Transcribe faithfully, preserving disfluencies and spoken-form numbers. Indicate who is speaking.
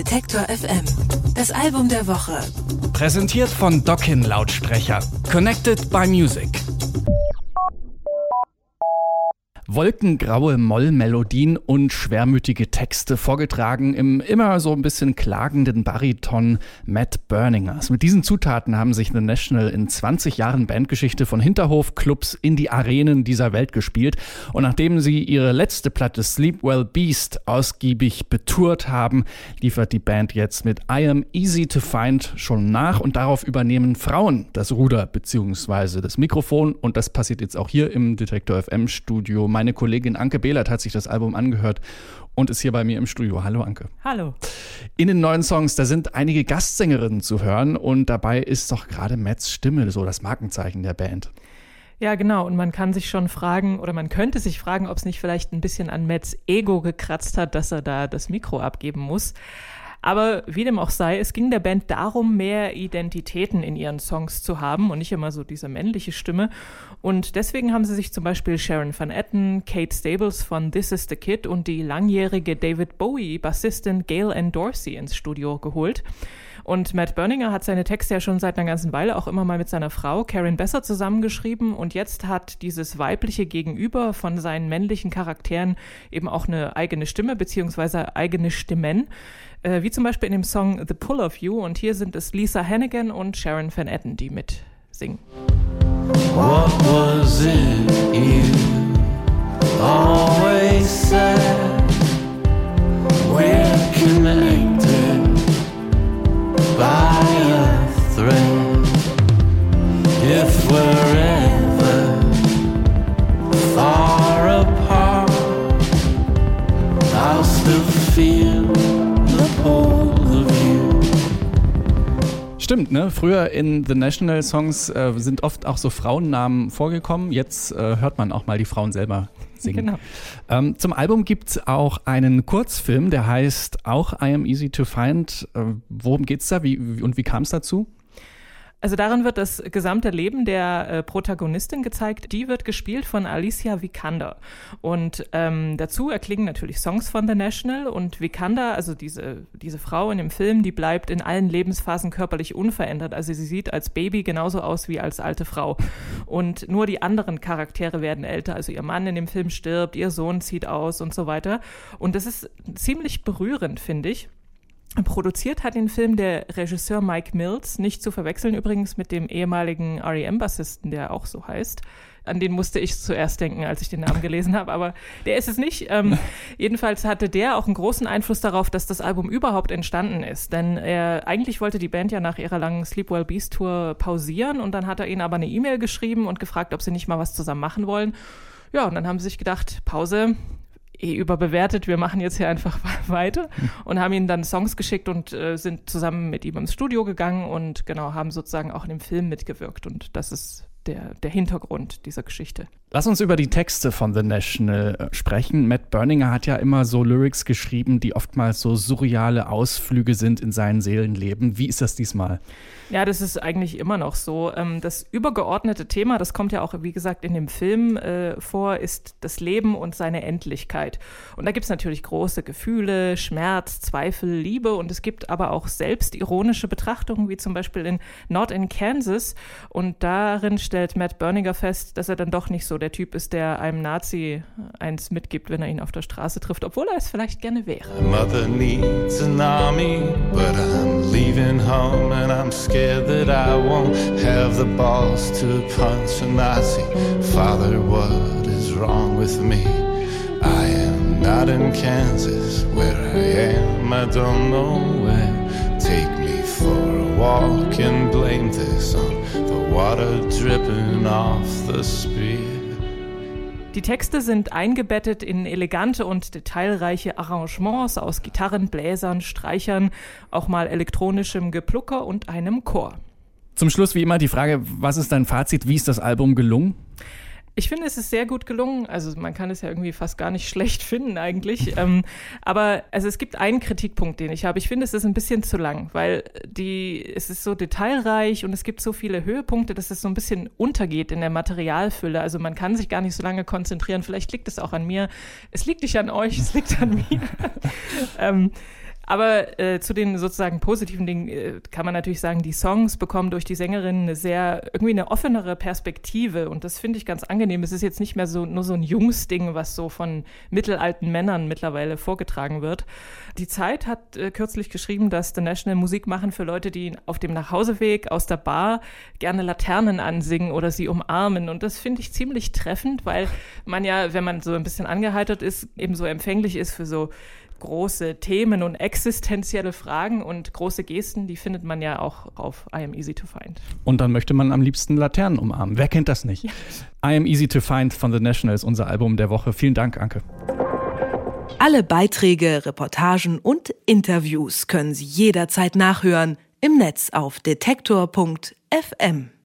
Speaker 1: Detektor F M. Das Album der Woche.
Speaker 2: Präsentiert von Dockin Lautsprecher. Connected by Music. Wolkengraue Mollmelodien und schwermütige Texte, vorgetragen im immer so ein bisschen klagenden Bariton Matt Berningers. Mit diesen Zutaten haben sich The National in zwanzig Jahren Bandgeschichte von Hinterhofclubs in die Arenen dieser Welt gespielt. Und nachdem sie ihre letzte Platte Sleep Well Beast ausgiebig betourt haben, liefert die Band jetzt mit I Am Easy to Find schon nach, und darauf übernehmen Frauen das Ruder bzw. das Mikrofon, und das passiert jetzt auch hier im Detektor F M Studio. Meine Kollegin Anke Behlert hat sich das Album angehört und ist hier bei mir im Studio. Hallo Anke.
Speaker 3: Hallo.
Speaker 2: In den neuen Songs, da sind einige Gastsängerinnen zu hören, und dabei ist doch gerade Matts Stimme so das Markenzeichen der Band.
Speaker 3: Ja, genau. Und man kann sich schon fragen, oder man könnte sich fragen, ob es nicht vielleicht ein bisschen an Matts Ego gekratzt hat, dass er da das Mikro abgeben muss. Aber wie dem auch sei, es ging der Band darum, mehr Identitäten in ihren Songs zu haben und nicht immer so diese männliche Stimme. Und deswegen haben sie sich zum Beispiel Sharon Van Etten, Kate Stables von This Is the Kid und die langjährige David Bowie-Bassistin Gail Ann Dorsey ins Studio geholt. Und Matt Berninger hat seine Texte ja schon seit einer ganzen Weile auch immer mal mit seiner Frau Karen Besser zusammengeschrieben, und jetzt hat dieses weibliche Gegenüber von seinen männlichen Charakteren eben auch eine eigene Stimme beziehungsweise eigene Stimmen, äh, wie zum Beispiel in dem Song The Pull of You, und hier sind es Lisa Hannigan und Sharon Van Etten, die mitsingen.
Speaker 4: What was it you always said? We're connected by a thread. If we're ever far apart, I'll still feel the pull of you.
Speaker 2: Stimmt, ne? Früher in The National Songs äh, sind oft auch so Frauennamen vorgekommen. Jetzt äh, hört man auch mal die Frauen selber singen.
Speaker 3: Genau.
Speaker 2: Ähm, zum Album gibt es auch einen Kurzfilm, der heißt auch I Am Easy to Find. Äh, worum geht's da, wie, wie, und wie kam es dazu?
Speaker 3: Also darin wird das gesamte Leben der äh, Protagonistin gezeigt. Die wird gespielt von Alicia Vikander. Und ähm, dazu erklingen natürlich Songs von The National. Und Vikander, also diese, diese Frau in dem Film, die bleibt in allen Lebensphasen körperlich unverändert. Also sie sieht als Baby genauso aus wie als alte Frau. Und nur die anderen Charaktere werden älter. Also ihr Mann in dem Film stirbt, ihr Sohn zieht aus und so weiter. Und das ist ziemlich berührend, finde ich. Produziert hat den Film der Regisseur Mike Mills, nicht zu verwechseln übrigens mit dem ehemaligen R E M-Bassisten, der auch so heißt. An den musste ich zuerst denken, als ich den Namen gelesen habe, aber der ist es nicht. Ähm, jedenfalls hatte der auch einen großen Einfluss darauf, dass das Album überhaupt entstanden ist. Denn er, eigentlich wollte die Band ja nach ihrer langen Sleep Well Beast Tour pausieren, und dann hat er ihnen aber eine E-Mail geschrieben und gefragt, ob sie nicht mal was zusammen machen wollen. Ja, und dann haben sie sich gedacht, Pause, eh überbewertet, wir machen jetzt hier einfach weiter, und haben ihm dann Songs geschickt und äh, sind zusammen mit ihm ins Studio gegangen und genau, haben sozusagen auch in dem Film mitgewirkt, und das ist der, der Hintergrund dieser Geschichte.
Speaker 2: Lass uns über die Texte von The National sprechen. Matt Berninger hat ja immer so Lyrics geschrieben, die oftmals so surreale Ausflüge sind in sein Seelenleben. Wie ist das diesmal?
Speaker 3: Ja, das ist eigentlich immer noch so. Das übergeordnete Thema, das kommt ja auch, wie gesagt, in dem Film äh, vor, ist das Leben und seine Endlichkeit. Und da gibt es natürlich große Gefühle, Schmerz, Zweifel, Liebe, und es gibt aber auch selbstironische Betrachtungen, wie zum Beispiel in Not in Kansas. Und darin stellt Matt Berninger fest, dass er dann doch nicht so der Typ ist, der einem Nazi eins mitgibt, wenn er ihn auf der Straße trifft, obwohl er es vielleicht gerne wäre.
Speaker 4: Mother needs an army, but I'm leaving home and I'm scared that I won't have the balls to punch a Nazi. Father, what is wrong with me? I am not in Kansas, where I am, I don't know where. Take me for a walk and blame this on the water dripping off the spear.
Speaker 3: Die Texte sind eingebettet in elegante und detailreiche Arrangements aus Gitarren, Bläsern, Streichern, auch mal elektronischem Geplucker und einem Chor.
Speaker 2: Zum Schluss wie immer die Frage, was ist dein Fazit, wie ist das Album gelungen?
Speaker 3: Ich finde, es ist sehr gut gelungen. Also man kann es ja irgendwie fast gar nicht schlecht finden eigentlich. ähm, aber also es gibt einen Kritikpunkt, den ich habe. Ich finde, es ist ein bisschen zu lang, weil die, es ist so detailreich und es gibt so viele Höhepunkte, dass es so ein bisschen untergeht in der Materialfülle. Also man kann sich gar nicht so lange konzentrieren. Vielleicht liegt es auch an mir. Es liegt nicht an euch, es liegt an mir. ähm, Aber äh, zu den sozusagen positiven Dingen äh, kann man natürlich sagen, die Songs bekommen durch die Sängerin eine sehr, irgendwie eine offenere Perspektive und das finde ich ganz angenehm. Es ist jetzt nicht mehr so nur so ein Jungsding, was so von mittelalten Männern mittlerweile vorgetragen wird. Die Zeit hat äh, kürzlich geschrieben, dass The National Musik machen für Leute, die auf dem Nachhauseweg aus der Bar gerne Laternen ansingen oder sie umarmen und das finde ich ziemlich treffend, weil man ja, wenn man so ein bisschen angeheitert ist, eben so empfänglich ist für so große Themen und existenzielle Fragen und große Gesten, die findet man ja auch auf I Am Easy to Find.
Speaker 2: Und dann möchte man am liebsten Laternen umarmen. Wer kennt das nicht? Ja. I Am Easy to Find von The National ist unser Album der Woche. Vielen Dank, Anke.
Speaker 1: Alle Beiträge, Reportagen und Interviews können Sie jederzeit nachhören im Netz auf detektor punkt f m.